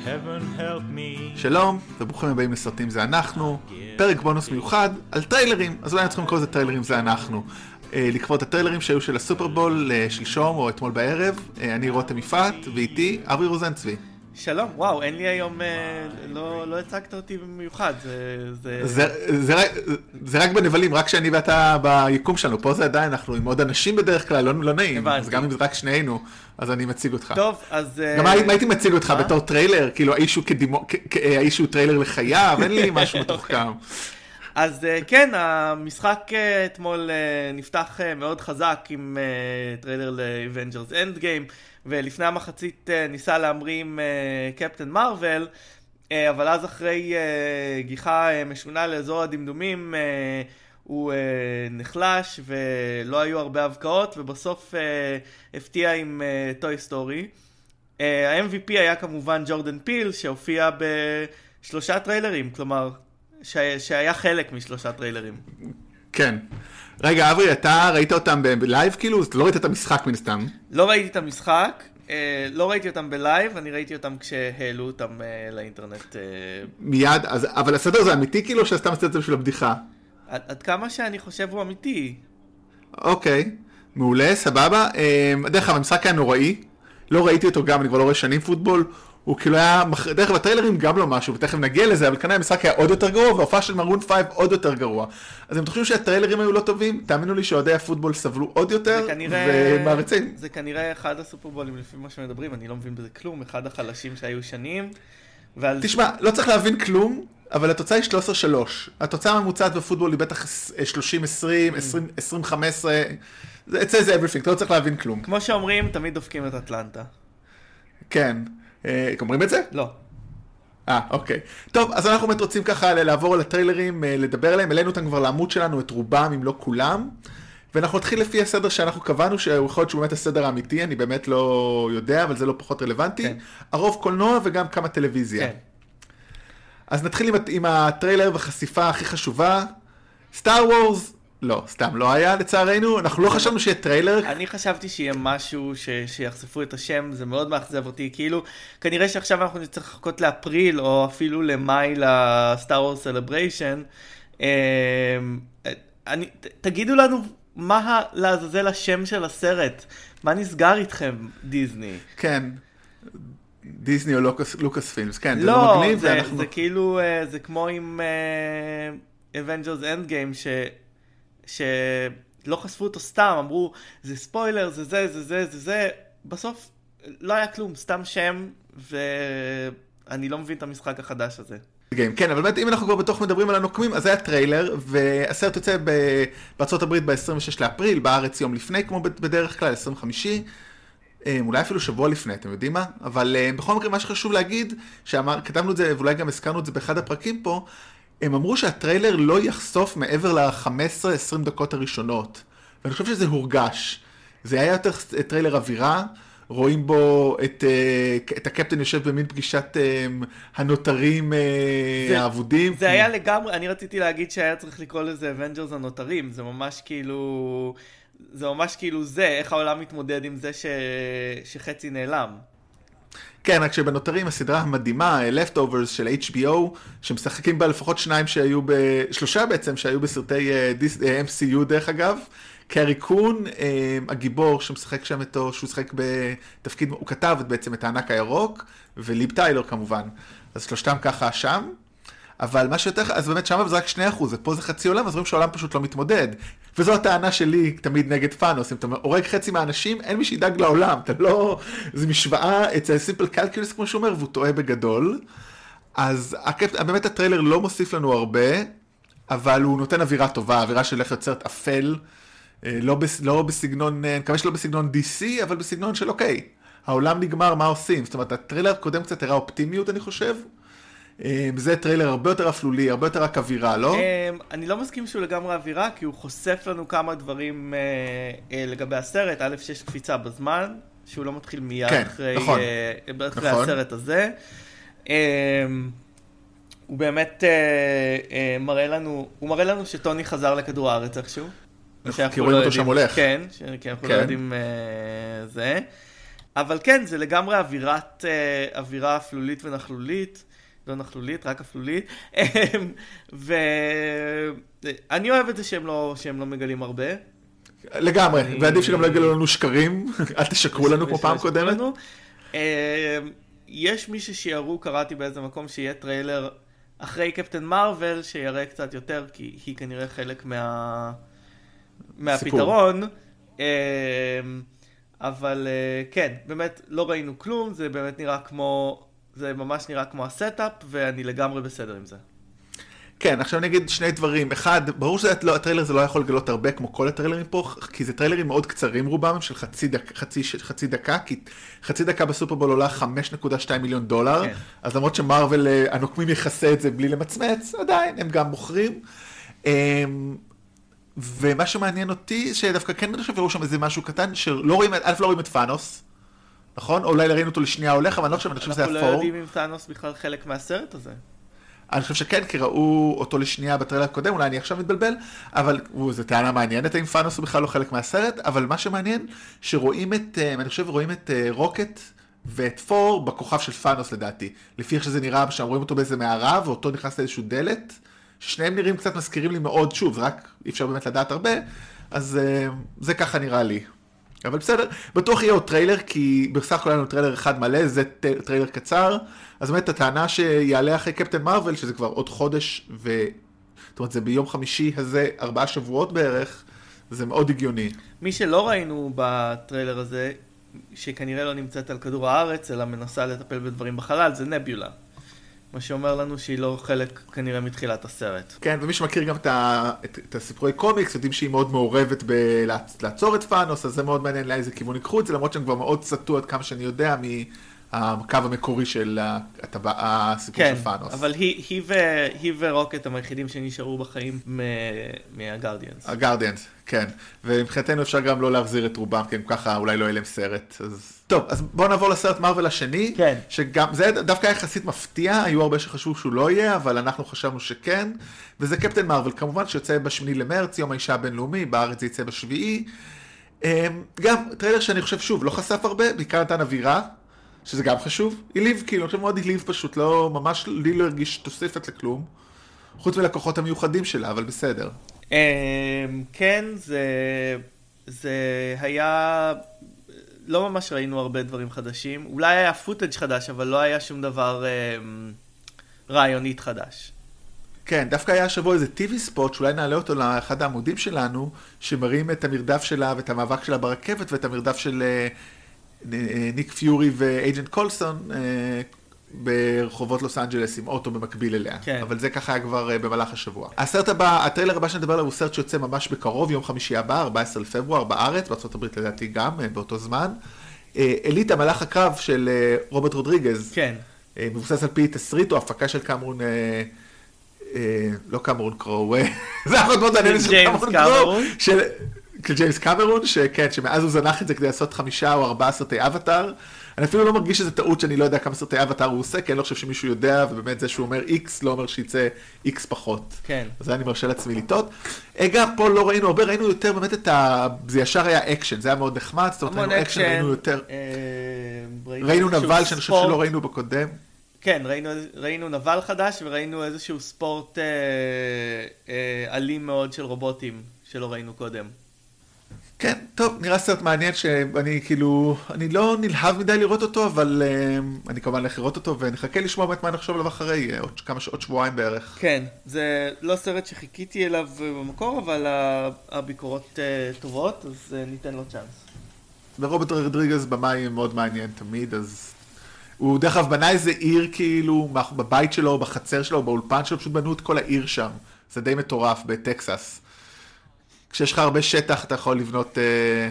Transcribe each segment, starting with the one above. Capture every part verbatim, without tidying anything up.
Heaven help me. שלום, וברוכים הבאים לסרטים זה אנחנו, פרק בונוס מיוחד על טריילרים, אז אולי אנחנו צריכים לקרוא לזה טריילרים זה אנחנו. לקרוא את הטריילרים שהיו של הסופרבול שלשום או אתמול בערב. אני רותם יפעת, ואיתי אברי רוזנצבי. שלום, וואו, אין לי היום, לא, לא הצגת אותי במיוחד, זה... זה... זה, זה, רק, זה רק בנבלים, רק שאני ואתה ביקום שלנו, פה זה עדיין, אנחנו עם עוד אנשים בדרך כלל, לא, לא נעים, אז גם אם זה רק שנינו, אז אני מציג אותך. טוב, אז... גם הייתי מציג אותך בתור טריילר, כאילו האיש הוא כדימו, האיש הוא טריילר לחייו, אין לי משהו מתוחכם. אז כן, המשחק אתמול נפתח מאוד חזק עם טריילר ל-Avengers Endgame, ולפני המחצית ניסה להמרים קפטן מרוול, אבל אז אחרי גיחה משונה לאזור הדמדומים, הוא נחלש ולא היו הרבה הבקעות, ובסוף הפתיע עם טוי סטורי. ה-אם וי פי היה כמובן ג'ורדן פיל, שהופיע בשלושה טריילרים, כלומר... שהיה חלק משלושה טריילרים. כן. רגע, אברי, אתה ראית אותם בלייב כאילו? לא ראית את המשחק מן הסתם? לא ראיתי את המשחק, לא ראיתי אותם בלייב, אני ראיתי אותם כשהעלו אותם לאינטרנט. מיד, אבל הסדר זה אמיתי כאילו, שסתם עשית את זה בשביל הבדיחה? עד כמה שאני חושב הוא אמיתי. אוקיי, מעולה, סבבה. דרך כלל, המשחק היה נוראי, לא ראיתי אותו גם, אני כבר לא רואה שנים פוטבול, הוא כאילו היה, דרך כלל הטריילרים גם לא משהו, ותכף נגיע לזה, אבל כנראה המשחק היה עוד יותר גרוע, וההופעה של מרון פייב עוד יותר גרוע. אז אם תחושבים שהטריילרים היו לא טובים, תאמינו לי שאוהדי הפוטבול סבלו עוד יותר, ומעריצים. זה כנראה אחד הסופרבולים, לפי מה שמדברים, אני לא מבין בזה כלום, אחד החלשים שהיו שנים. ועל... תשמע, לא צריך להבין כלום, אבל התוצאה היא שלוש עשרה שלוש. התוצאה הממוצעת בפוטבול היא בטח שלושים עשרים, עשרים חמש עשרה, זה זה everything, אתה לא צריך להבין כלום. כמו שאומרים, תמיד דופקים את אטלנטה. כן. אומרים את זה? לא. אה, אוקיי. טוב, אז אנחנו באמת רוצים ככה לעבור על הטריילרים, לדבר עליהם, אלינו אותם כבר לעמוד שלנו, את רובם, אם לא כולם, ואנחנו נתחיל לפי הסדר שאנחנו קבענו, שהוא יכול להיות שהוא באמת הסדר האמיתי, אני באמת לא יודע, אבל זה לא פחות רלוונטי. כן. הרוב קולנוע וגם כמה טלוויזיה. כן. אז נתחיל עם, עם הטריילר והחשיפה הכי חשובה, סטאר וורס, לא, סתם לא היה לצערנו, אנחנו לא חשבנו שיהיה טריילר. אני חשבתי שיהיה משהו ש... שיחשפו את השם, זה מאוד מאכזב אותי, כאילו, כנראה שעכשיו אנחנו נצטרך לחכות לאפריל, או אפילו למאי לסטאר וורס סלבריישן. אני... תגידו לנו מה לעזאזל השם של הסרט, מה נסגר איתכם, דיזני? כן, דיזני או לוקאס, לוקאס פילמס, כן, לא, זה לא מגניב. זה, ואנחנו... זה כאילו, זה כמו עם uh, Avengers Endgame, ש... שלא חשפו אותו סתם, אמרו, זה ספוילר, זה זה, זה זה, זה זה, בסוף לא היה כלום, סתם שם, ואני לא מבין את המשחק החדש הזה. כן, אבל באמת, אם אנחנו כבר בתוך מדברים על הנוקמים, אז זה היה טריילר, והסרט יוצא בארצות הברית ב-עשרים ושש לאפריל, בארץ יום לפני, כמו בדרך כלל, עשרים וחמישי, אולי אפילו שבוע לפני, אתם יודעים מה? אבל בכל מקרה, מה שחשוב להגיד, שכתבנו את זה, ואולי גם הזכרנו את זה באחד הפרקים פה, הם אמרו שהטריילר לא יחשוף מעבר ל-חמש עשרה עשרים דקות הראשונות. ואני חושב שזה הורגש. זה היה יותר טריילר אווירה, רואים בו את, את הקפטן יושב במין פגישת הנותרים זה, האבודים. זה היה לגמרי, אני רציתי להגיד שהיה צריך לקרוא לזה Avengers הנותרים, זה ממש כאילו, זה ממש כאילו זה, איך העולם מתמודד עם זה ש, שחצי נעלם. כן, רק שבנותרים הסדרה המדהימה, Leftovers של אייץ' בי או, שמשחקים בה לפחות שניים שהיו, שלושה בעצם, שהיו בסרטי אם סי יו דרך אגב, קרי קון, הגיבור שמשחק שם איתו, שהוא שחק בתפקיד, הוא כתב בעצם את הענק הירוק, וליב טיילר כמובן, אז שלושתם ככה שם, אבל מה שיותר, אז באמת שם זה רק שני אחוז, ופה זה חצי עולם, אז רואים שהעולם פשוט לא מתמודד. וזו הטענה שלי תמיד נגד פאנוס, אם אתה הורג חצי מהאנשים, אין מי שידאג לעולם, אתה לא, זה משוואה, it's a simple calculus כמו שהוא אומר, והוא טועה בגדול. אז באמת הטריילר לא מוסיף לנו הרבה, אבל הוא נותן אווירה טובה, אווירה של איך יוצרת אפל, לא, בס, לא בסגנון, אני מקווה שלא בסגנון די סי, אבל בסגנון של אוקיי, העולם נגמר, מה עושים? זאת אומרת, הטריילר קודם קצת הראה אופטימיות, אני חושב, זה טריילר הרבה יותר אפלולי, הרבה יותר רק אווירה, לא? אני לא מסכים שהוא לגמרי אווירה, כי הוא חושף לנו כמה דברים לגבי הסרט. א', שיש קפיצה בזמן, שהוא לא מתחיל מיד אחרי הסרט הזה. הוא באמת מראה לנו, הוא מראה לנו שטוני חזר לכדור הארץ איכשהו. כי רואים אותו שם הולך. כן, כי אנחנו לא יודעים זה. אבל כן, זה לגמרי אווירת, אה, אווירה אפלולית ונכלולית, לא נכלולית, רק אפלולית, ואני אוהב את זה שהם לא, שהם לא מגלים הרבה. לגמרי, אני... ועדיף שגם לא יגלו לנו שקרים, אל תשקרו לנו כמו פעם קודמת. יש מישהו שיראו, קראתי באיזה מקום, שיהיה טריילר אחרי קפטן מרוול, שיראה קצת יותר, כי היא כנראה חלק מה... מהפתרון. אבל כן, באמת לא ראינו כלום, זה באמת נראה כמו, זה ממש נראה כמו הסטאפ, ואני לגמרי בסדר עם זה. כן, עכשיו אני אגיד שני דברים. אחד, ברור שהטריילר זה לא יכול לגלות הרבה כמו כל הטריילרים פה, כי זה טריילרים מאוד קצרים רובם, של חצי, דק, חצי, חצי דקה, כי חצי דקה בסופרבול עולה חמש נקודה שתיים מיליון דולר, כן. אז למרות שמרוול הנוקמים יחסה את זה בלי למצמץ, עדיין הם גם מוכרים. ומה שמעניין אותי, שדווקא כן אני חושב שראו שם איזה משהו קטן, שלא רואים, א' לא רואים את פאנוס, נכון? אולי ראינו אותו לשנייה הולך, אבל אני לא חושב, אני חושב שזה אפור. אנחנו לא יודעים אם פאנוס בכלל חלק מהסרט הזה. אני חושב שכן, כי ראו אותו לשנייה בטריילר הקודם, אולי אני עכשיו מתבלבל, אבל זו טענה מעניינת, האם פאנוס הוא בכלל לא חלק מהסרט, אבל מה שמעניין, שרואים את, אני חושב, רואים את רוקט ואת פור בכוכב של פאנוס לדעתי. לפי איך שזה נראה, שם רואים אותו באיזה מערה, ואותו נכנס לאיזשהו דלת, ששניהם נראים קצת מזכירים לי מאוד, שוב, זה רק אי אפשר באמת לדעת הרבה, אז זה ככה נראה לי. אבל בסדר, בטוח יהיה עוד טריילר, כי בסך הכל היה לנו טריילר אחד מלא, זה טריילר קצר, אז באמת הטענה שיעלה אחרי קפטן מרוול, שזה כבר עוד חודש, ו... זאת אומרת, זה ביום חמישי הזה, ארבעה שבועות בערך, זה מאוד הגיוני. מי שלא ראינו בטריילר הזה, שכנראה לא נמצאת על כדור הארץ, אלא מנסה לטפל בדברים בחלל, זה נביולה. מה שאומר לנו שהיא לא חלק כנראה מתחילת הסרט. כן, ומי שמכיר גם את, את, את הסיפורי קומיקס, יודעים שהיא מאוד מעורבת בלעצור את פאנוס, אז זה מאוד מעניין לאיזה כיוון יקחו את זה, למרות שהם כבר מאוד סטו עד כמה שאני יודע מהקו המקורי של הסיפור כן, של פאנוס. אבל היא, היא, ו, היא ורוקט הם היחידים שנשארו בחיים מהגארדיאנס. הגארדיאנס, כן. ומבחינתנו אפשר גם לא להחזיר את רובם, כי הם ככה אולי לא יהיה להם סרט, אז... טוב, אז בואו נעבור לסרט מרוול השני, כן. שגם, זה דווקא יחסית מפתיע, היו הרבה שחשבו שהוא לא יהיה, אבל אנחנו חשבנו שכן, וזה קפטן מרוול, כמובן שיוצא בשמיני למרץ, יום האישה הבינלאומי, בארץ זה יצא בשביעי, גם טריילר שאני חושב שוב, לא חשף הרבה, בעיקר נתן אווירה, שזה גם חשוב, הליב כאילו, אני חושב מאוד הליב פשוט, לא, ממש לי לא הרגיש תוספת לכלום, חוץ מלקוחות המיוחדים שלה, אבל בסדר. כן, זה, זה היה... לא ממש ראינו הרבה דברים חדשים. אולי היה פוטאג' חדש, אבל לא היה שום דבר אה, רעיונית חדש. כן, דווקא היה השבוע איזה טיווי ספוט, שאולי נעלה אותו לאחד העמודים שלנו, שמראים את המרדף שלה ואת המאבק שלה ברכבת, ואת המרדף של אה, ניק פיורי ואייג'נט קולסון אה, ברחובות לוס אנג'לס עם אוטו במקביל אליה. כן. אבל זה ככה היה כבר אה, במהלך השבוע. הסרט הבא, הטריילר הבא שנדבר עליו הוא סרט שיוצא ממש בקרוב, יום חמישי הבא, ארבעה עשר לפברואר, בארץ, בארצות הברית לדעתי גם, אה, באותו זמן. אה, אליטה, מלאך הקרב של אה, רוברט רודריגז. כן. אה, מבוסס על פי תסריט או הפקה של קמרון... אה, לא קמרון קרו, זה יכול מאוד לעניין של קמרון קרו, של ג'יימס קמרון, שכן, שמאז הוא זנח את זה כדי לעשות חמישה או ארבעה סרטי אבטר. אני אפילו לא מרגיש שזה טעות שאני לא יודע כמה סרטי אבטר הוא עושה, כי אני לא חושב שמישהו יודע, ובאמת זה שהוא אומר X לא אומר שיצא X פחות. כן. אז אני מרשה לעצמי לטעות. גם פה לא ראינו הרבה, ראינו יותר באמת את ה... זה ישר היה אקשן, זה היה מאוד נחמד, זאת אומרת, ראינו אקשן, ראינו יותר... ראינו נבל שאני חושב שלא ראינו בקודם. כן, ראינו, ראינו נבל חדש וראינו איזשהו ספורט אה, אה, אלים מאוד של רובוטים שלא ראינו קודם. כן, טוב, נראה סרט מעניין שאני כאילו, אני לא נלהב מדי לראות אותו, אבל אה, אני כמובן הולך לראות אותו ונחכה לשמוע באמת מה נחשוב עליו אחרי, עוד כמה שעות, שבועיים בערך. כן, זה לא סרט שחיכיתי אליו במקור, אבל הביקורות אה, טובות, אז אה, ניתן לו צ'אנס. ורוברט רודריגז במאי מאוד מעניין תמיד, אז... הוא דרך אגב בנה איזה עיר כאילו, בבית שלו, בחצר שלו, באולפן שלו, פשוט בנו את כל העיר שם. זה די מטורף בטקסס. כשיש לך הרבה שטח, אתה יכול לבנות, אה,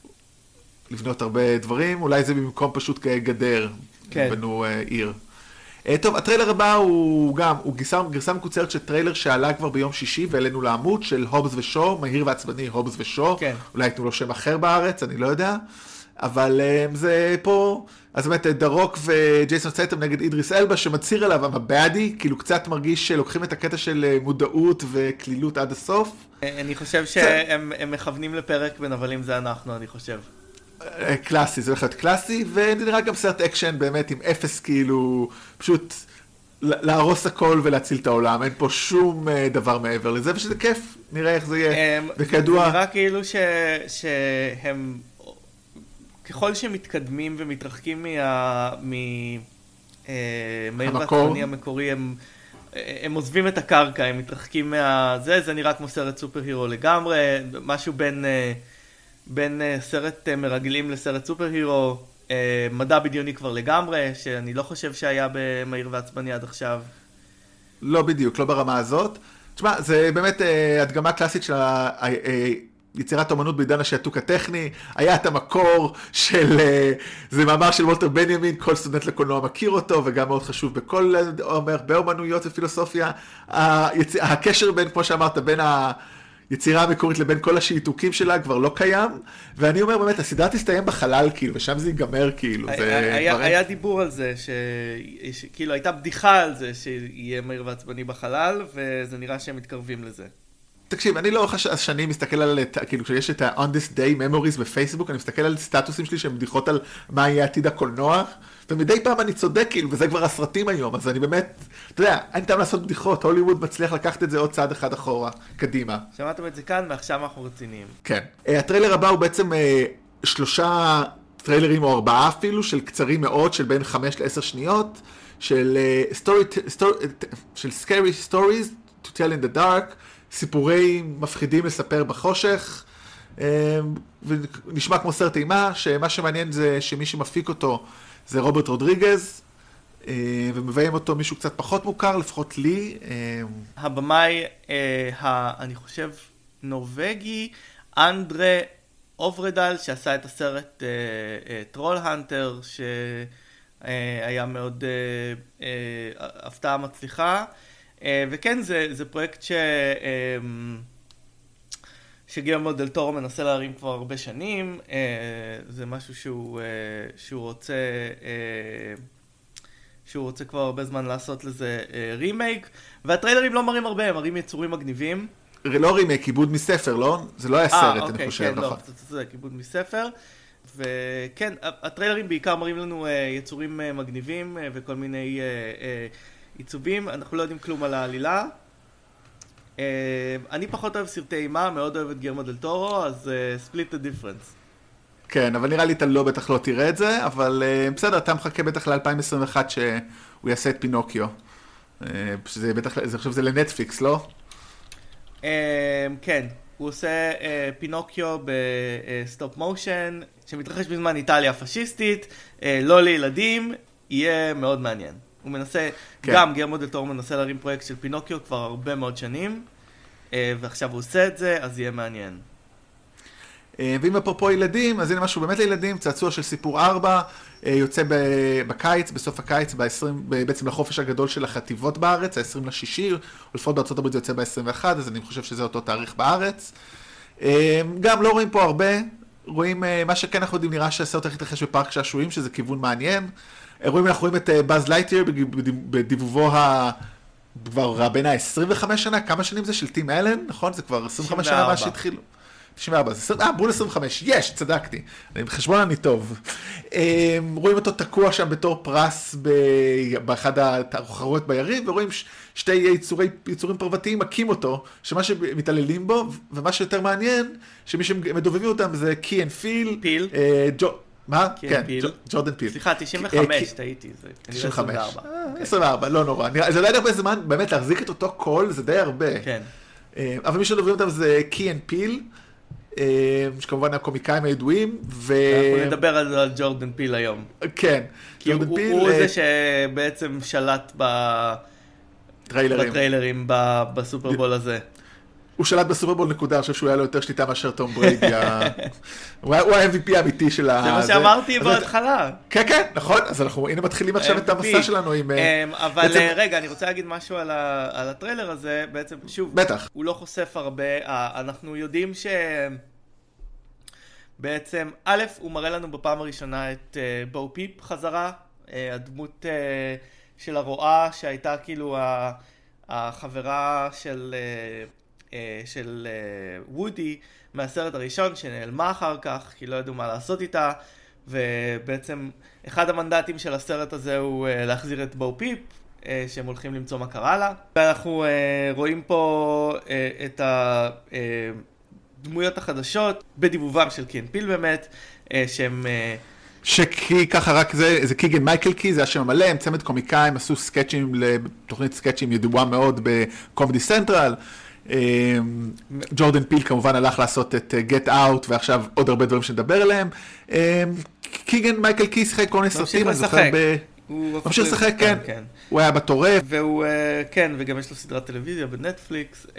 לבנות הרבה דברים, אולי זה במקום פשוט כגדר, כן. בנו אה, עיר. אה, טוב, הטריילר הבא הוא גם, הוא גרסה, גרסה מקוצרת של טריילר שעלה כבר ביום שישי, ואלינו לעמוד של הובס ושו, מהיר ועצבני, הובס ושו. כן. אולי יתנו לו שם אחר בארץ, אני לא יודע. אבל um, זה פה, אז באמת דרוק וג'ייסון סטייטם נגד אידריס אלבה שמצהיר עליו המבאדי, כאילו קצת מרגיש שלוקחים את הקטע של מודעות וכלילות עד הסוף. אני חושב שהם מכוונים לפרק בנבלים זה אנחנו, אני חושב. קלאסי, זה הולך להיות קלאסי, ונראה גם סרט אקשן באמת עם אפס כאילו, פשוט להרוס הכל ולהציל את העולם, אין פה שום דבר מעבר לזה, ושזה כיף, נראה איך זה יהיה, וכדוע. זה נראה כאילו ש... שהם, ככל שמתקדמים ומתרחקים מה... מ... מהיר והצפני המקורי, הם... הם עוזבים את הקרקע, הם מתרחקים מה... זה, זה נראה כמו סרט סופר הירו לגמרי, משהו בין... בין סרט מרגלים לסרט סופר הירו, מדע בדיוני כבר לגמרי, שאני לא חושב שהיה במהיר ועצבני עד עכשיו. לא בדיוק, לא ברמה הזאת. תשמע, זה באמת הדגמה קלאסית של יצירת אומנות בעידן השעתוק הטכני, היה את המקור של, זה מאמר של וולטר בנימין, כל סטודנט לקולנוע מכיר אותו, וגם מאוד חשוב בכל, הרבה אומנויות ופילוסופיה, הקשר בין, כמו שאמרת, בין ה... יצירה המקורית לבין כל השעתוקים שלה כבר לא קיים, ואני אומר באמת, הסדרה תסתיים בחלל כאילו, ושם זה ייגמר כאילו. היה דיבור על זה, כאילו הייתה בדיחה על זה שיהיה מהיר ועצבני בחלל, וזה נראה שהם מתקרבים לזה. תקשיב, אני לאורך השנים מסתכל על, כאילו כשיש את ה-On This Day Memories בפייסבוק, אני מסתכל על סטטוסים שלי שהם בדיחות על מה יהיה עתיד הקולנוע, ומדי פעם אני צודק כאילו, וזה כבר הסרטים היום, אז אני באמת, אתה יודע, אין טעם לעשות בדיחות, הוליווד מצליח לקחת את זה עוד צעד אחד אחורה, קדימה. שמעתם את זה כאן, ועכשיו אנחנו רציניים. כן. הטריילר הבא הוא בעצם שלושה טריילרים או ארבעה אפילו, של קצרים מאוד, של בין חמש לעשר שניות, של של scary stories to tell in the dark, סיפורי מפחידים לספר בחושך, ונשמע כמו סרט אימה, שמה שמעניין זה שמי שמפיק אותו זה רוברט רודריגז, ומביים אותו מישהו קצת פחות מוכר, לפחות לי. הבמאי, אני חושב, נורווגי, אנדרה אוברדל, שעשה את הסרט טרול הנטר, שהיה מאוד הפתעה מצליחה. וכן, זה, זה פרויקט ש... שגילרמו דל טורו מנסה להרים כבר הרבה שנים. זה משהו שהוא, שהוא רוצה, שהוא רוצה כבר הרבה זמן לעשות לזה רימייק, והטריילרים לא מראים הרבה, הם מראים יצורים מגניבים. לא רימייק, כיבוד מספר, לא? זה לא היה סרט, אוקיי, אני חושב, כן, נכון. לא, זה, זה כיבוד מספר. וכן, הטריילרים בעיקר מראים לנו יצורים מגניבים וכל מיני עיצובים. אנחנו לא יודעים כלום על העלילה. אני פחות אוהב סרטי אימה, מאוד אוהב את גילרמו דל טורו, אז split the difference. כן, אבל נראה לי אתה לא בטח לא תראה את זה, אבל בסדר, אתה מחכה בטח ל-אלפיים עשרים ואחת שהוא יעשה את פינוקיו. שזה בטח, אני חושב שזה לנטפליקס, לא? כן, הוא עושה פינוקיו בסטופ מושן, שמתרחש בזמן איטליה הפשיסטית, לא לילדים, יהיה מאוד מעניין. הוא מנסה, כן. גם גילרמו דל טורו מנסה להרים פרויקט של פינוקיו כבר הרבה מאוד שנים, ועכשיו הוא עושה את זה, אז יהיה מעניין. ואם אפרופו ילדים, אז הנה משהו באמת לילדים, צעצוע של סיפור ארבע, יוצא בקיץ, בסוף הקיץ, ב-עשרים, בעצם לחופש הגדול של החטיבות בארץ, ה-עשרים לשישי, או לפחות בארצות הברית זה יוצא ב-עשרים ואחת, אז אני חושב שזה אותו תאריך בארץ. גם לא רואים פה הרבה, רואים מה שכן אנחנו יודעים, נראה שהסרט הולך להתרחש בפארק שעשועים, שזה כיוון מעניין. רואים, אנחנו רואים את באז לייטייר בדיבובו ה... כבר בין ה-עשרים וחמש שנה, כמה שנים זה של טים אלן, נכון? זה כבר עשרים וחמש שנה מה שהתחילו. תשעים וארבע, אה, בול עשרים וחמש, יש, צדקתי. בחשבון אני טוב. רואים אותו תקוע שם בתור פרס באחד התחרויות ביריב, ורואים שתי יצורי, יצורים פרוותיים מכים אותו, שמה שמתעללים בו, ומה שיותר מעניין, שמי שמדובבים אותם זה קי אנד פיל. פיל. מה? כן, ג'ורדן פיל. סליחה, תשעים וחמש, טעיתי. תשעים וחמש. עשרים וארבע, לא נורא. זה די הרבה זמן, באמת להחזיק את אותו קול, זה די הרבה. כן. אבל מי שדוברים אותם זה קי אנד פיל, שכמובן הקומיקאים הידועים. אנחנו נדבר על ג'ורדן פיל היום. כן. כי הוא זה שבעצם שלט בטריילרים בסופרבול הזה. הוא שלט בסופרבול נקודה, אני חושב שהוא היה לו יותר שליטה מאשר טום בריידי. הוא ה-אם וי פי האמיתי של ה... זה מה שאמרתי בהתחלה. כן, כן, נכון. אז אנחנו, הנה מתחילים עכשיו את המסע שלנו עם... אבל רגע, אני רוצה להגיד משהו על הטריילר הזה. בעצם, שוב, בטח. הוא לא חושף הרבה. אנחנו יודעים ש... בעצם, א', הוא מראה לנו בפעם הראשונה את בו פיפ חזרה. הדמות של הרועה שהייתה כאילו החברה של... של וודי מהסרט הראשון שנעלמה אחר כך, כי לא ידעו מה לעשות איתה, ובעצם אחד המנדטים של הסרט הזה הוא להחזיר את בו פיפ, שהם הולכים למצוא מה קרה לה. ואנחנו רואים פה את הדמויות החדשות בדיבובם של קי אנד פיל באמת, שהם... שקי ככה רק זה, זה קיגן מייקל קי, זה השם המלא, הם צמד קומיקאים, עשו סקצ'ים, תוכנית סקצ'ים ידועה מאוד בקומדי סנטרל. ג'ורדן פיל כמובן הלך לעשות את Get Out, ועכשיו עוד הרבה דברים שנדבר עליהם. קיגן מייקל קי שיחק כל מיני סרטים, אני זוכר ב... הוא ממשיך לשחק, כן. הוא היה בטורף. והוא, כן, וגם יש לו סדרת טלוויזיה בנטפליקס.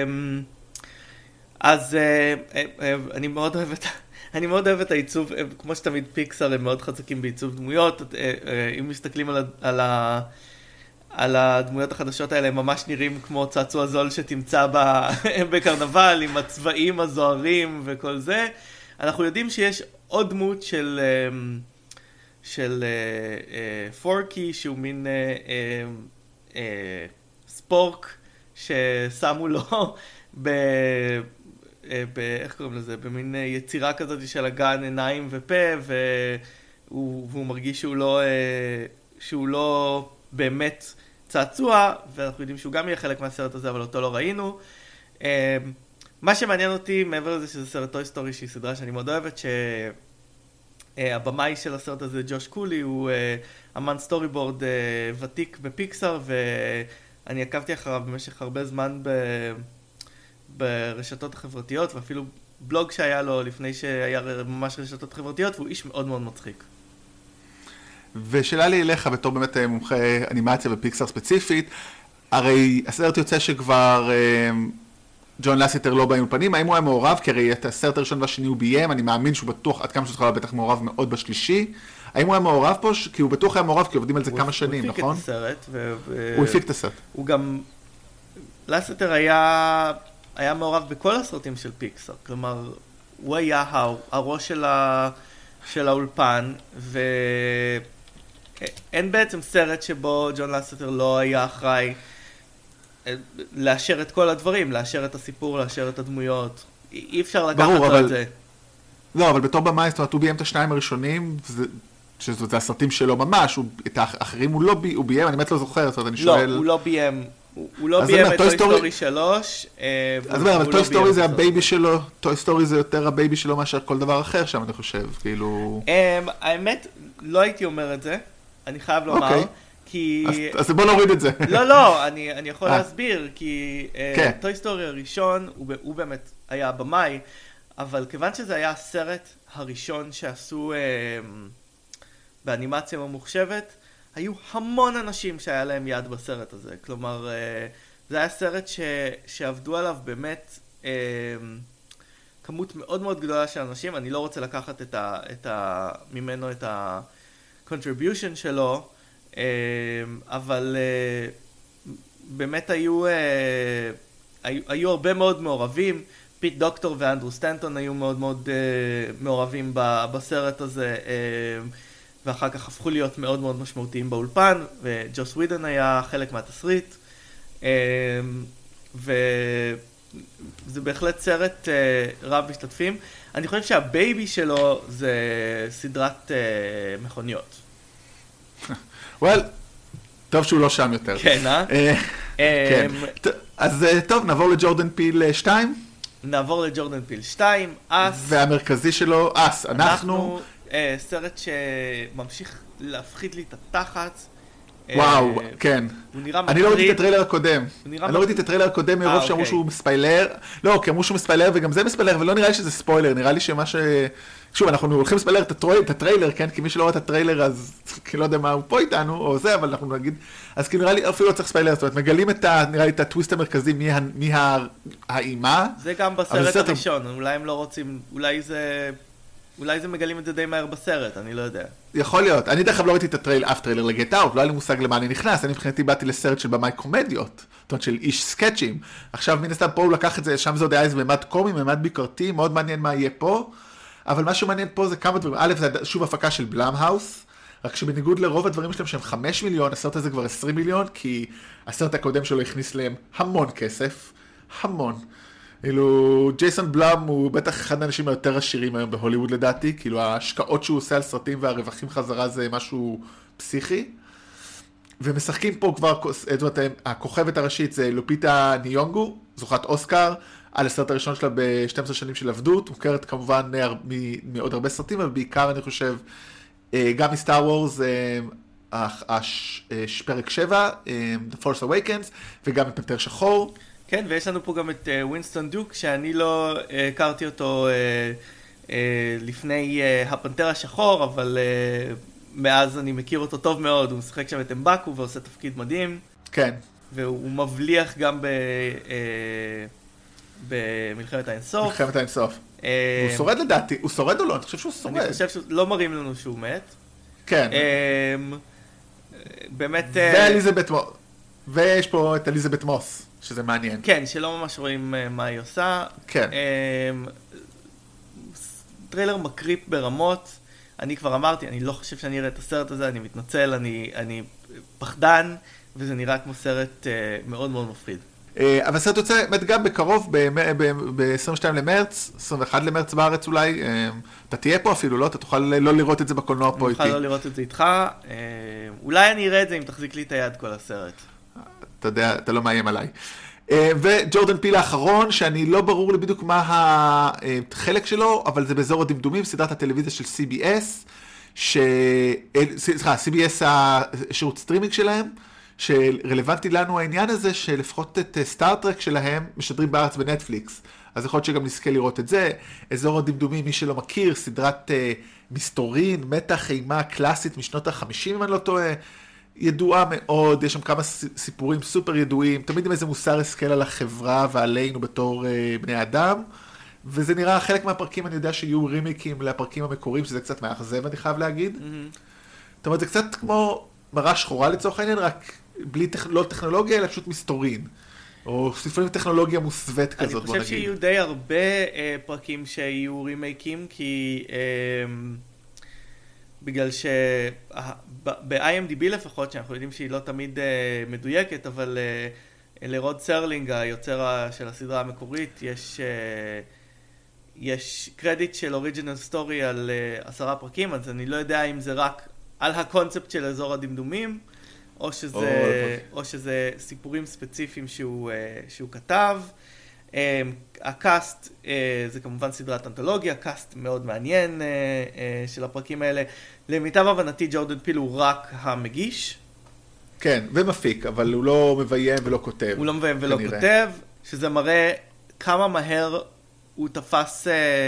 אז אני מאוד אוהב את... אני מאוד אוהב את העיצוב, כמו שתמיד פיקסאר הם מאוד חזקים בעיצוב דמויות. אם מסתכלים על, על, ה, על הדמויות החדשות האלה, הם ממש נראים כמו צעצוע זול שתמצא בקרנבל, עם הצבעים הזוהרים וכל זה. אנחנו יודעים שיש עוד דמות של, של פורקי, שהוא מין ספורק, ששמו לו ב... איך קוראים לזה? במין יצירה כזאת של הגן עיניים ופה, והוא, והוא מרגיש שהוא לא, שהוא לא באמת צעצוע, ואנחנו יודעים שהוא גם יהיה חלק מהסרט הזה, אבל אותו לא ראינו. מה שמעניין אותי, מעבר לזה שזה סרט טוי סטורי, שהיא סדרה שאני מאוד אוהבת, שהבמאי של הסרט הזה, ג'וש קולי, הוא אמן סטורי בורד ותיק בפיקסאר, ואני עקבתי אחריו במשך הרבה זמן ב... ברשתות החברתיות, ואפילו בלוג שהיה לו לפני שהיה ממש רשתות חברתיות, והוא איש מאוד מאוד מצחיק. ושאלה לי אליך, בתור באמת מומחה אנימציה בפיקסאר ספציפית, הרי הסרט יוצא שכבר ג'ון לסיטר לא בא עם פנים, האם הוא היה מעורב? כי הרי את הסרט הראשון והשני הוא ביים, אני מאמין שהוא בטוח, עד כמה שתוכל בטח מעורב מאוד בשלישי. האם הוא היה מעורב פה? כי הוא בטוח היה מעורב, כי עובדים על זה כמה שנים, נכון? הוא הפיק את הסרט. הוא הפיק את הסרט. הוא גם... לסיטר היה... היה מעורב בכל הסרטים של פיקסאר, כלומר, הוא היה הראש של, ה... של האולפן, ואין בעצם סרט שבו ג'ון לסטר לא היה אחראי לאשר את כל הדברים, לאשר את הסיפור, לאשר את הדמויות. אי אפשר לקחת ברור, לו אבל... את זה. לא, אבל בתור במאי, זאת אומרת, הוא ביים את השניים הראשונים, זה... שזה הסרטים שלו ממש, הוא... את האחרים הוא לא בי... הוא ביים, אני באמת לא זוכר, זאת אומרת, אני שואל... לא, הוא לא ביים... הוא לא ביים את טוי סטורי שלוש. אז אבל טוי סטורי זה הבייבי שלו, טוי סטורי זה יותר הבייבי שלו מאשר כל דבר אחר שם, אני חושב, כאילו... האמת, לא הייתי אומר את זה, אני חייב לומר, כי... אז בוא נוריד את זה. לא, לא, אני יכול להסביר, כי טוי סטורי הראשון, הוא באמת היה הבמאי, אבל כיוון שזה היה הסרט הראשון שעשו באנימציה ממוחשבת, היו המון אנשים שהיה להם יד בסרט הזה. כלומר, זה היה סרט ש... שעבדו עליו באמת כמות מאוד מאוד גדולה של אנשים. אני לא רוצה לקחת את ה... את ה... ממנו את ה-contribution שלו, אבל באמת היו, היו, היו הרבה מאוד מעורבים. פיט דוקטור ואנדרו סטנטון היו מאוד מאוד מעורבים בסרט הזה, ואחר כך הפכו להיות מאוד מאוד משמעותיים באולפן, וג'וס ווידן היה חלק מהתסריט, וזה בהחלט סרט רב משתתפים. אני חושב שהבייבי שלו זה סדרת מכוניות. וואל, טוב שהוא לא שם יותר. כן, אה? כן. אז טוב, נעבור לג'ורדן פיל שתיים? נעבור לג'ורדן פיל שתיים, אס. והמרכזי שלו, אס, אנחנו... סרט שממשיך להפחיד לי את התחת. וואו, כן. הוא נראה מטריד. אני לא ראיתי את הטריילר הקודם. אני לא ראיתי את הטריילר הקודם מרוב שאמרו שהוא מספיילר. לא, כי אמרו שהוא מספיילר וגם זה מספיילר, ולא נראה לי שזה ספוילר. נראה לי שמה ש... שוב, אנחנו הולכים לספיילר את הטריילר, כן? כי מי שלא רואה את הטריילר, אז כי לא יודע מה הוא פה איתנו, או זה, אבל אנחנו נגיד... אז כי נראה לי, אפילו לא צריך ספיילר. זאת אומרת, מגלים את ה... נראה לי את הטוויסט המרכזי מהאימה. זה גם בסרט הראשון. אולי הם לא רוצים... אולי זה... אולי זה מגלים את זה די מהר בסרט, אני לא יודע. יכול להיות. אני דרך כלל לא ראיתי את הטרייל, אף טריילר לגט אאוט, לא היה לי מושג למה אני נכנס. אני מבחינתי באתי לסרט של במאי קומדיות, זאת אומרת של איש סקצ'ים. עכשיו מן הסתם פה הוא לקח את זה, שם זה עוד היה איזה ממד קומי, ממד ביקורתי, מאוד מעניין מה יהיה פה. אבל מה שמעניין פה זה כמה דברים. א', זה שוב הפקה של בלאמהאוס, רק שבניגוד לרוב הדברים שלהם שהם חמישה מיליון, הסרט הזה כבר עשרים מיליון, כי הסרט הקודם שלו הכניס להם המון כסף, המון. כאילו, ג'ייסון בלאם הוא בטח אחד האנשים היותר עשירים היום בהוליווד לדעתי, כאילו ההשקעות שהוא עושה על סרטים והרווחים חזרה זה משהו פסיכי. ומשחקים פה כבר, זאת אומרת, הכוכבת הראשית זה לופיטה ניונגו, זוכת אוסקר, על הסרט הראשון שלה ב-שתים עשרה שנים של עבדות, מוכרת כמובן מעוד הרבה סרטים, אבל בעיקר אני חושב, גם מסטאר וורס, פרק שבע, The Force Awakens, וגם מפנתר שחור. כן, ויש לנו פה גם את ווינסטון דוק, שאני לא הכרתי אותו לפני הפנתר השחור, אבל מאז אני מכיר אותו טוב מאוד, הוא משחק שם את אמבקו ועושה תפקיד מדהים. כן. והוא מבליח גם ב... במלחמת האינסוף. מלחמת האינסוף. הוא שורד לדעתי, הוא שורד או לא? אני חושב שהוא שורד. אני חושב שלא מראים לנו שהוא מת. כן. באמת... ואליזבת מוס. ויש פה את אליזבת מוס, שזה מעניין. כן, שלא ממש רואים מה היא עושה. כן. טריילר מקריפ ברמות. אני כבר אמרתי, אני לא חושב שאני אראה את הסרט הזה, אני מתנצל, אני, אני פחדן, וזה נראה כמו סרט מאוד מאוד מפחיד. אבל הסרט יוצא גם בקרוב, ב-עשרים ושניים למרץ, עשרים ואחד למרץ בארץ אולי, אתה תהיה פה אפילו, לא? אתה תוכל לא לראות את זה בקולנוע פה איתי. אני אוכל לא לראות את זה איתך, אולי אני אראה את זה אם תחזיק לי את היד כל הסרט. אתה יודע, אתה לא מאיים עליי. וג'ורדן פיל האחרון, שאני לא ברור לי בדיוק מה החלק שלו, אבל זה באזור הדמדומים, סדרת הטלוויזיה של סי בי אס, סליחה, סי בי אס השירות סטרימינג שלהם, שרלוונטי לנו העניין הזה, שלפחות את סטארטרק שלהם משדרים בארץ בנטפליקס. אז יכול להיות שגם נזכה לראות את זה. אזור הדמדומים, מי שלא מכיר, סדרת מסתורין, מתח אימה קלאסית משנות ה-חמישים, אם אני לא טועה, ידועה מאוד, יש שם כמה סיפורים סופר ידועים, תמיד עם איזה מוסר השכל על החברה ועלינו בתור uh, בני אדם, וזה נראה חלק מהפרקים, אני יודע שיהיו רימיקים לפרקים המקוריים, שזה קצת מאכזב, אני חייב להגיד. Mm-hmm. זאת אומרת, זה קצת כמו מראה שחורה לצורך העניין, רק בלי, טכ... לא טכנולוגיה, אלא פשוט מסתורין. או לפעמים טכנולוגיה מוסווית כזאת, בוא נגיד. אני חושב שיהיו די הרבה uh, פרקים שיהיו רימיקים, כי... Uh... בגלל שב-איי אם די בי לפחות, שאנחנו יודעים שהיא לא תמיד uh, מדויקת, אבל uh, לרוד סרלינג, היוצר של הסדרה המקורית, יש, uh, יש קרדיט של אוריג'ינל סטורי על uh, עשרה פרקים, אז אני לא יודע אם זה רק על הקונספט של אזור הדמדומים, או שזה, או, או שזה סיפורים ספציפיים שהוא, uh, שהוא כתב. Um, הקאסט uh, זה כמובן סדרת אנתולוגיה, קאסט מאוד מעניין uh, uh, של הפרקים האלה. למיטב הבנתי ג'ורדן פיל הוא רק המגיש. כן, ומפיק, אבל הוא לא מביים ולא כותב. הוא לא מביים ולא כנראה. כותב, שזה מראה כמה מהר הוא תפס uh,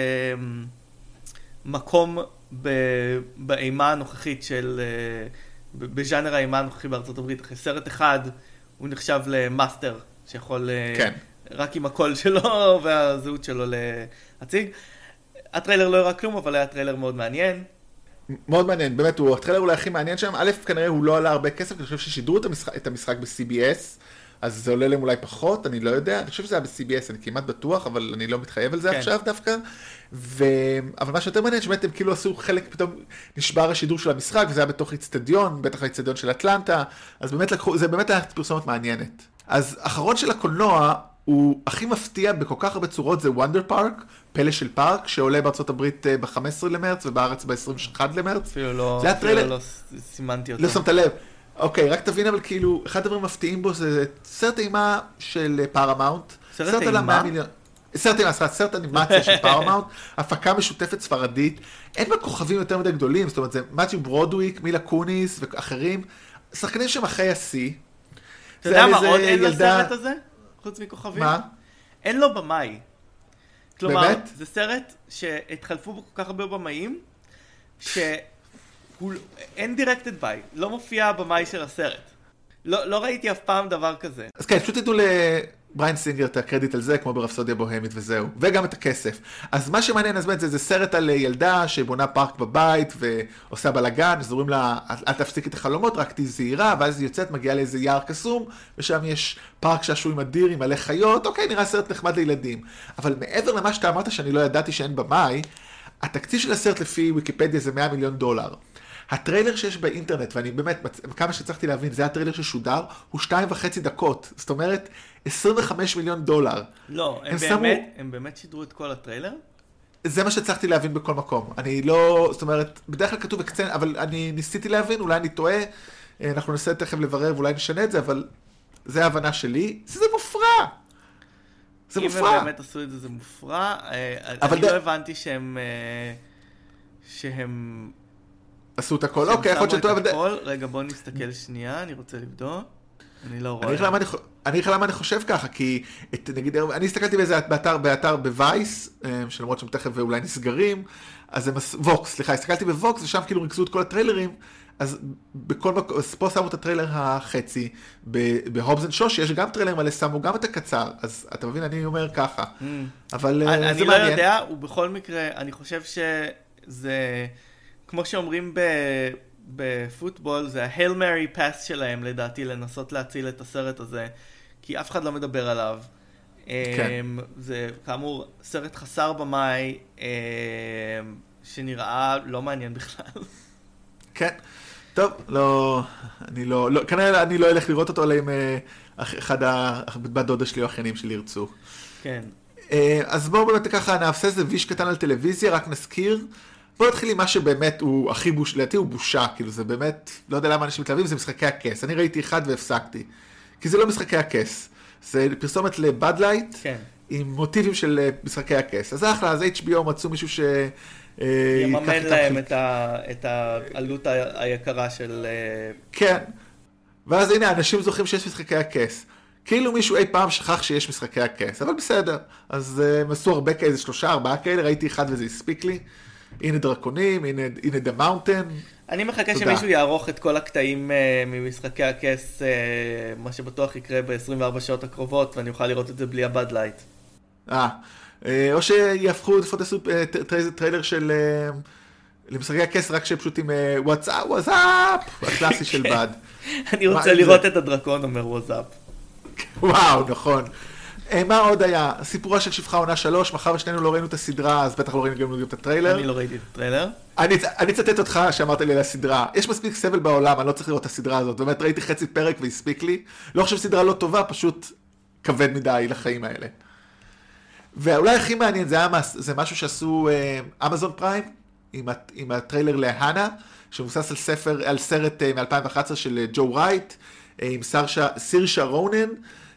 מקום ב- באימה הנוכחית של, uh, בז'אנר האימה הנוכחי בארצות הברית. אחרי סרט אחד הוא נחשב למאסטר שיכול... Uh, כן. רק עם הקול שלו והזהות שלו להציג. הטריילר לא הראה כלום, אבל היה טריילר מאוד מעניין. מאוד מעניין, באמת, הוא, הטריילר אולי הכי מעניין שם. א', כנראה הוא לא עלה הרבה כסף, אני חושב ששידרו את המשחק, את המשחק ב-סי בי אס, אז זה עולה להם אולי פחות, אני לא יודע. אני חושב שזה היה ב-סי בי אס, אני כמעט בטוח, אבל אני לא מתחייב על זה כן. עכשיו דווקא. ו... אבל מה שיותר מעניין, שבאמת הם כאילו עשו חלק, פתאום נשבר השידור של המשחק, וזה היה בתוך אצטדיון, בטח האצטדיון של אטלנטה, אז באמת לקחו, זה באמת היה פרסומת מעניינת. אז אחרון של הקולנוע, הוא הכי מפתיע בכל כך הרבה צורות, זה וונדר פארק, פלא של פארק, שעולה בארצות הברית ב-חמישה עשר למרץ, ובארץ ב-עשרים ואחד למרץ. אפילו לא, אפילו הטריילר... לא סימנתי אותו. לא שמת לב. אוקיי, רק תבין, אבל כאילו, אחד הדברים מפתיעים בו, זה סרט אימה של פארמאונט. סרט אימה? סרט אימה, סרט אנימציה של פארמאונט, הפקה משותפת ספרדית, אין בה כוכבים יותר מדי גדולים, זאת אומרת, זה מתיו ברודוויק, מילה קוניס ואחרים, שחקנים שהם אחרי השיא. אתה יודע מה, עוד אין לסרט הזה? חוץ מכוכבים? מה? אין לו במאי. כלומר, באמת? זה סרט שהתחלפו בו כל כך הרבה במאים, שהוא אין דירקטד ביי, לא מופיע במאי של הסרט. לא, לא ראיתי אף פעם דבר כזה. אז כן, פשוט תדעו לבריין סינגר את הקרדיט על זה, כמו ברפסודיה בוהמית וזהו. וגם את הכסף. אז מה שמעניין, אז באמת, זה, זה סרט על ילדה שבונה פארק בבית ועושה בלגן, אז אומרים לה, אל תפסיק את החלומות, רק תהי זהירה, ואז היא יוצאת, מגיעה לאיזה יער קסום, ושם יש פארק שעשועים אדיר עם מלא חיות, אוקיי, נראה סרט נחמד לילדים. אבל מעבר למה שאתה אמרת שאני לא ידעתי שאין במאי, התקציב של הסרט לפי ויקיפדיה זה מאה מיליון דולר. הטריילר שיש באינטרנט, ואני באמת, כמה שצריכתי להבין, זה הטריילר ששודר, הוא שתיים וחצי דקות. זאת אומרת, עשרים וחמישה מיליון דולר. לא, הם, הם, באמת, שמו... הם באמת שידרו את כל הטריילר? זה מה שצריכתי להבין בכל מקום. אני לא, זאת אומרת, בדרך כלל כתוב אקסטנד, אבל אני ניסיתי להבין, אולי אני טועה, אנחנו ננסה תכף לברר ואולי נשנה את זה, אבל זה ההבנה שלי, זה מופרע. זה אם מופרע. אם הם באמת עשו את זה, זה מופרע. אני ד... לא הבנתי שהם... שהם... עשו את הכל, אוקיי, יכול להיות שטוב... את הכל. רגע, בוא נסתכל שנייה, אני רוצה לבדוק. אני לא רואה. אני אגיד לך למה אני חושב ככה, כי נגיד, אני הסתכלתי באיזה באתר, באתר בווייס, שלמרות שהם תכף ואולי נסגרים, אז הם... ווקס, סליחה, הסתכלתי בווקס, ושם כאילו ריכזו את כל הטריילרים, אז בכל מקום, פה שמו את הטריילר החצי, בהובס אנד שו, שיש גם טריילר מלא, שמו גם את הקצר, אז אתה מבין, אני אומר ככה. אבל זה מעניין. אני לא יודע, ובכל מקרה, אני חושב שזה, כמו שאומרים בפוטבול, זה ה-Hail Mary Pass שלהם, לדעתי, לנסות להציל את הסרט הזה, כי אף אחד לא מדבר עליו. כן. זה, כאמור, סרט חסר במאי, שנראה לא מעניין בכלל. כן. טוב, לא, אני לא, לא, כנראה אני לא אלך לראות אותו, אלא אם אחד בת דודה שלי או האחיינים שלי ירצו. כן. אז בואו באמת ככה נעשה איזה ויש קטן על טלוויזיה, רק נזכיר. בואו נתחיל עם מה שבאמת הוא הכי בוש, לדעתי הוא בושה, כאילו זה באמת, לא יודע למה אנשים מתלהבים, זה משחקי הכס. אני ראיתי אחד והפסקתי, כי זה לא משחקי הכס. זה פרסומת לבד לייט, כן. עם מוטיבים של משחקי הכס. אז אחלה, אז אייץ' בי או מצאו מישהו ש... יממן להם את העלות היקרה של... כן. ואז הנה, אנשים זוכרים שיש משחקי הכס. כאילו מישהו אי פעם שכח שיש משחקי הכס, אבל בסדר. אז הם עשו הרבה כאלה, שלושה, ארבעה כאלה, ראיתי אחד וזה הספיק לי. הנה דרקונים, הנה The Mountain. אני מחכה שמישהו יערוך את כל הקטעים ממשחקי הכס, מה שבטוח יקרה ב-עשרים וארבע שעות הקרובות, ואני אוכל לראות את זה בלי הבד לייט. אה. או שיהפכו לפוטסו טריילר של למשחקי הכס רק שפשוט עם וואטסאפ, וואטסאפ, הקלאסי של בד. אני רוצה לראות את הדרקון אומר וואטסאפ. וואו, נכון. מה עוד היה? סיפורה של שפחה עונה שלוש, מחר ושנינו לא ראינו את הסדרה, אז בטח לא ראינו גם את הטריילר. אני לא ראיתי את הטריילר. אני אצטט אותך שאמרת לי על הסדרה. יש מספיק סבל בעולם, אני לא צריך לראות את הסדרה הזאת. באמת ראיתי חצי פרק והספיק לי. לא חושב סדרה לא טובה, פשוט כבד מדי לחיים האלה. ואולי הכי מעניין, זה, זה משהו שעשו אמזון פריים, עם, עם הטריילר להנה, שמבוסס על ספר, על סרט מ-אלפיים ואחת עשרה של ג'ו רייט, עם סירשה רונן,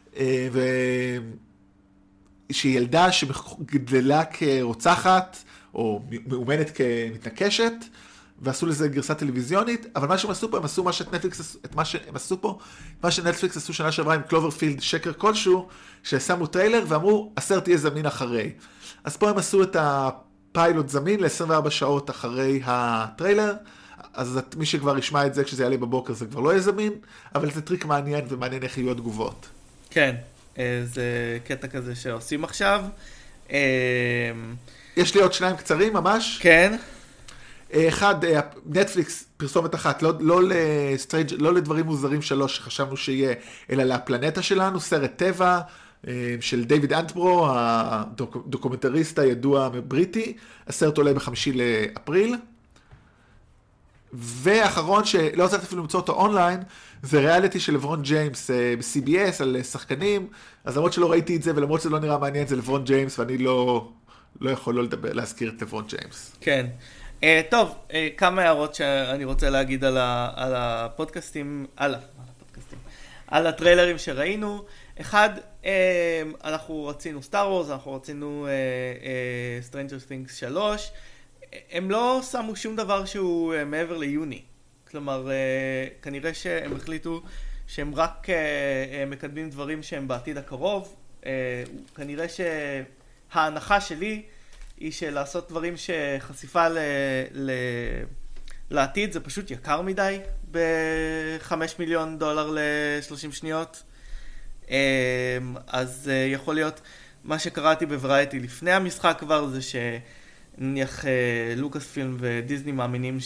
שהיא ילדה שגדלה כרוצחת, או מאומנת כמתנקשת, ועשו לזה גרסה טלוויזיונית, אבל מה שהם עשו פה, הם עשו מה שנטפליקס, את מה שהם עשו פה, מה שנטפליקס עשו שנה שעברה עם קלוברפילד שקר כלשהו, ששמו טריילר ואמרו, הסרט יהיה זמין אחרי. אז פה הם עשו את הפיילוט זמין ל-עשרים וארבע שעות אחרי הטריילר, אז מי שכבר ישמע את זה כשזה יעלה בבוקר זה כבר לא יהיה זמין, אבל זה טריק מעניין ומעניין איך יהיו התגובות. כן, זה קטע כזה שעושים עכשיו. יש לי עוד שניים קצרים ממש. כן. אחד, נטפליקס, פרסומת אחת, לא, לא, לסטרייג', לא לדברים מוזרים שלוש שחשבנו שיהיה, אלא לפלנטה שלנו, סרט טבע של דיוויד אנטברו, הדוקומנטריסט הידוע מבריטי, הסרט עולה בחמישי לאפריל. ואחרון שלא רוצה אפילו למצוא אותו אונליין, זה ריאליטי של לברון ג'יימס ב-סי בי אס על שחקנים, אז למרות שלא ראיתי את זה ולמרות שזה לא נראה מעניין, זה לברון ג'יימס ואני לא, לא יכול לא לדבר, להזכיר את לברון ג'יימס. כן. Uh, טוב, uh, כמה הערות שאני רוצה להגיד על, ה, על הפודקאסטים, על, על הפודקאסטים, על הטריילרים שראינו. אחד, uh, אנחנו רצינו סטאר וורס, אנחנו רצינו uh, uh, Stranger Things שלוש, הם לא שמו שום דבר שהוא uh, מעבר ליוני. כלומר, uh, כנראה שהם החליטו שהם רק uh, uh, מקדמים דברים שהם בעתיד הקרוב. Uh, כנראה שההנחה שלי היא שלעשות דברים שחשיפה ל... ל... לעתיד זה פשוט יקר מדי ב-חמישה מיליון דולר ל-שלושים שניות. אז יכול להיות, מה שקראתי בוורייטי לפני המשחק כבר זה שנניח לוקאס פילם ודיזני מאמינים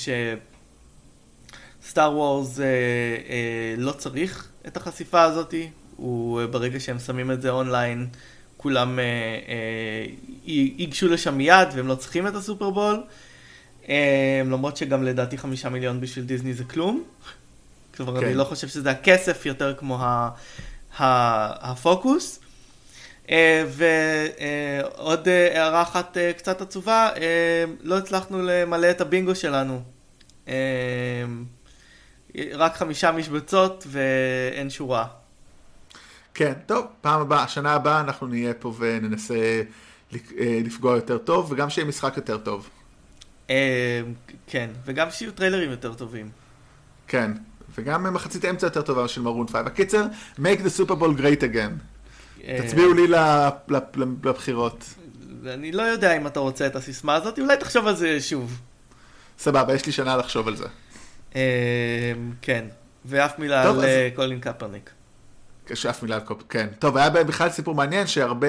שסטאר וורס לא צריך את החשיפה הזאת, וברגע שהם שמים את זה אונליין כולם ייגשו לשם מיד והם לא צריכים את הסופרבול. למרות שגם לדעתי חמישה מיליון בשביל דיסני זה כלום. כלומר, אני לא חושב שזה הכסף יותר כמו הפוקוס. ועוד הערה אחת קצת עצובה, לא הצלחנו למלא את הבינגו שלנו. רק חמישה משבצות ואין שורה. כן, טוב, פעם הבאה, השנה הבאה אנחנו נהיה פה וננסה לפגוע יותר טוב, וגם שיהיה משחק יותר טוב. כן, וגם שיהיו טריילרים יותר טובים. כן, וגם מחצית אמצע יותר טובה של מרון פייב. הקיצר, make the Super Bowl great again. תצביעו לי לבחירות. אני לא יודע אם אתה רוצה את הסיסמה הזאת, אולי תחשוב על זה שוב. סבבה, יש לי שנה לחשוב על זה. כן, ואף מילה על קולין קפרניק. שאף מילה על קופ, כן. טוב, היה בכלל סיפור מעניין שהרבה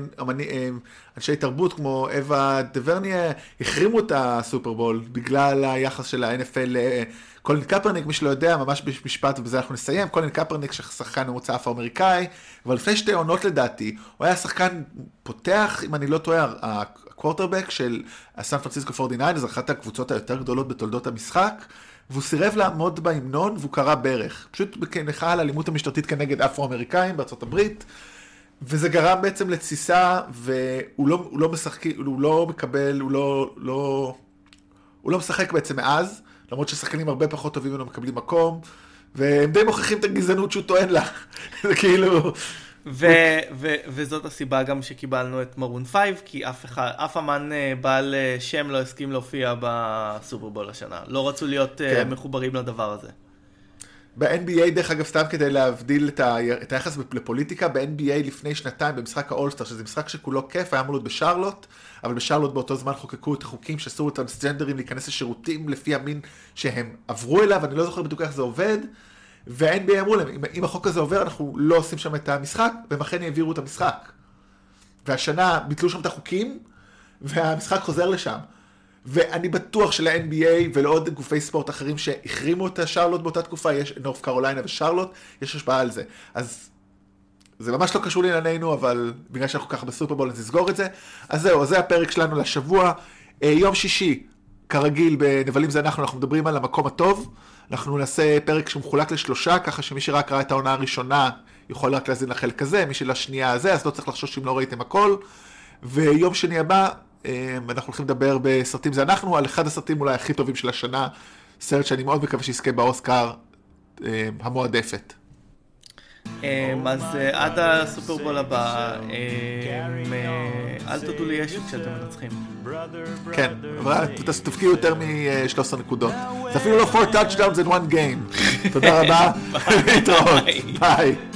אנשי תרבות כמו אווה דברניה החרימו את הסופרבול בגלל היחס של ה-אן אף אל לקולין קפרניק, מי שלא יודע, ממש במשפט ובזה אנחנו נסיים. קולין קפרניק ששחקן ממוצא אפרו-אמריקאי, אבל לפני שתי עונות לדעתי, הוא היה שחקן פותח, אם אני לא טועה, הקוורטרבק של הסן פרנסיסקו פורטי ניינרס, זו אחת הקבוצות היותר גדולות בתולדות המשחק, והוא סירב לעמוד בהמנון והוא קרא ברך. פשוט כמחאה על האלימות המשטרתית כנגד אפרו-אמריקאים בארצות הברית, וזה גרם בעצם לתסיסה, והוא לא, הוא לא משחק, הוא לא מקבל, הוא לא, לא, הוא לא משחק בעצם מאז, למרות ששחקנים הרבה פחות טובים ולא מקבלים מקום, והם די מוכיחים את הגזענות שהוא טוען לה. זה כאילו... ו- ו- וזאת הסיבה גם שקיבלנו את מרון פייב, כי אף אחד, אף אמן בעל שם לא הסכים להופיע בסופרבול השנה. לא רצו להיות כן. מחוברים לדבר הזה. ב-אן בי איי, דרך אגב, סתם כדי להבדיל את, ה- את היחס לפוליטיקה, ב-אן בי איי לפני שנתיים, במשחק האולסטר, שזה משחק שכולו כיף, היה אמור בשרלוט, אבל בשרלוט באותו זמן חוקקו את החוקים שאסור לטרנסג'נדרים להיכנס לשירותים לפי המין שהם עברו אליו, אני לא זוכר בדיוק איך זה עובד, וה-אן בי איי אמרו להם, אם, אם החוק הזה עובר, אנחנו לא עושים שם את המשחק, והם אכן העבירו את המשחק. והשנה ביטלו שם את החוקים, והמשחק חוזר לשם. ואני בטוח של-אן בי איי ולעוד גופי ספורט אחרים שהחרימו את השרלוט באותה תקופה, יש נורף קרוליינה ושרלוט, יש השפעה על זה. אז זה ממש לא קשור לענייננו, אבל בגלל שאנחנו ככה בסופרבול, אז נסגור את זה. אז זהו, אז זה הפרק שלנו לשבוע. יום שישי, כרגיל בנבלים זה אנחנו, אנחנו מדברים על המקום הטוב. אנחנו נעשה פרק שמחולק לשלושה, ככה שמי שרק ראה את העונה הראשונה יכול רק להזין לחלק הזה, מי שלשנייה הזה, אז לא צריך לחשוש אם לא ראיתם הכל. ויום שני הבא, אנחנו הולכים לדבר בסרטים זה אנחנו, על אחד הסרטים אולי הכי טובים של השנה, סרט שאני מאוד מקווה שיזכה באוסקר המועדפת. אז עד הסופרבול הבא, אל תודו לי ישו כשאתם מנצחים. כן, אבל תפקיעו יותר מ-שלוש עשרה נקודות. זה אפילו לא four touchdowns in one game. תודה רבה, להתראות, ביי.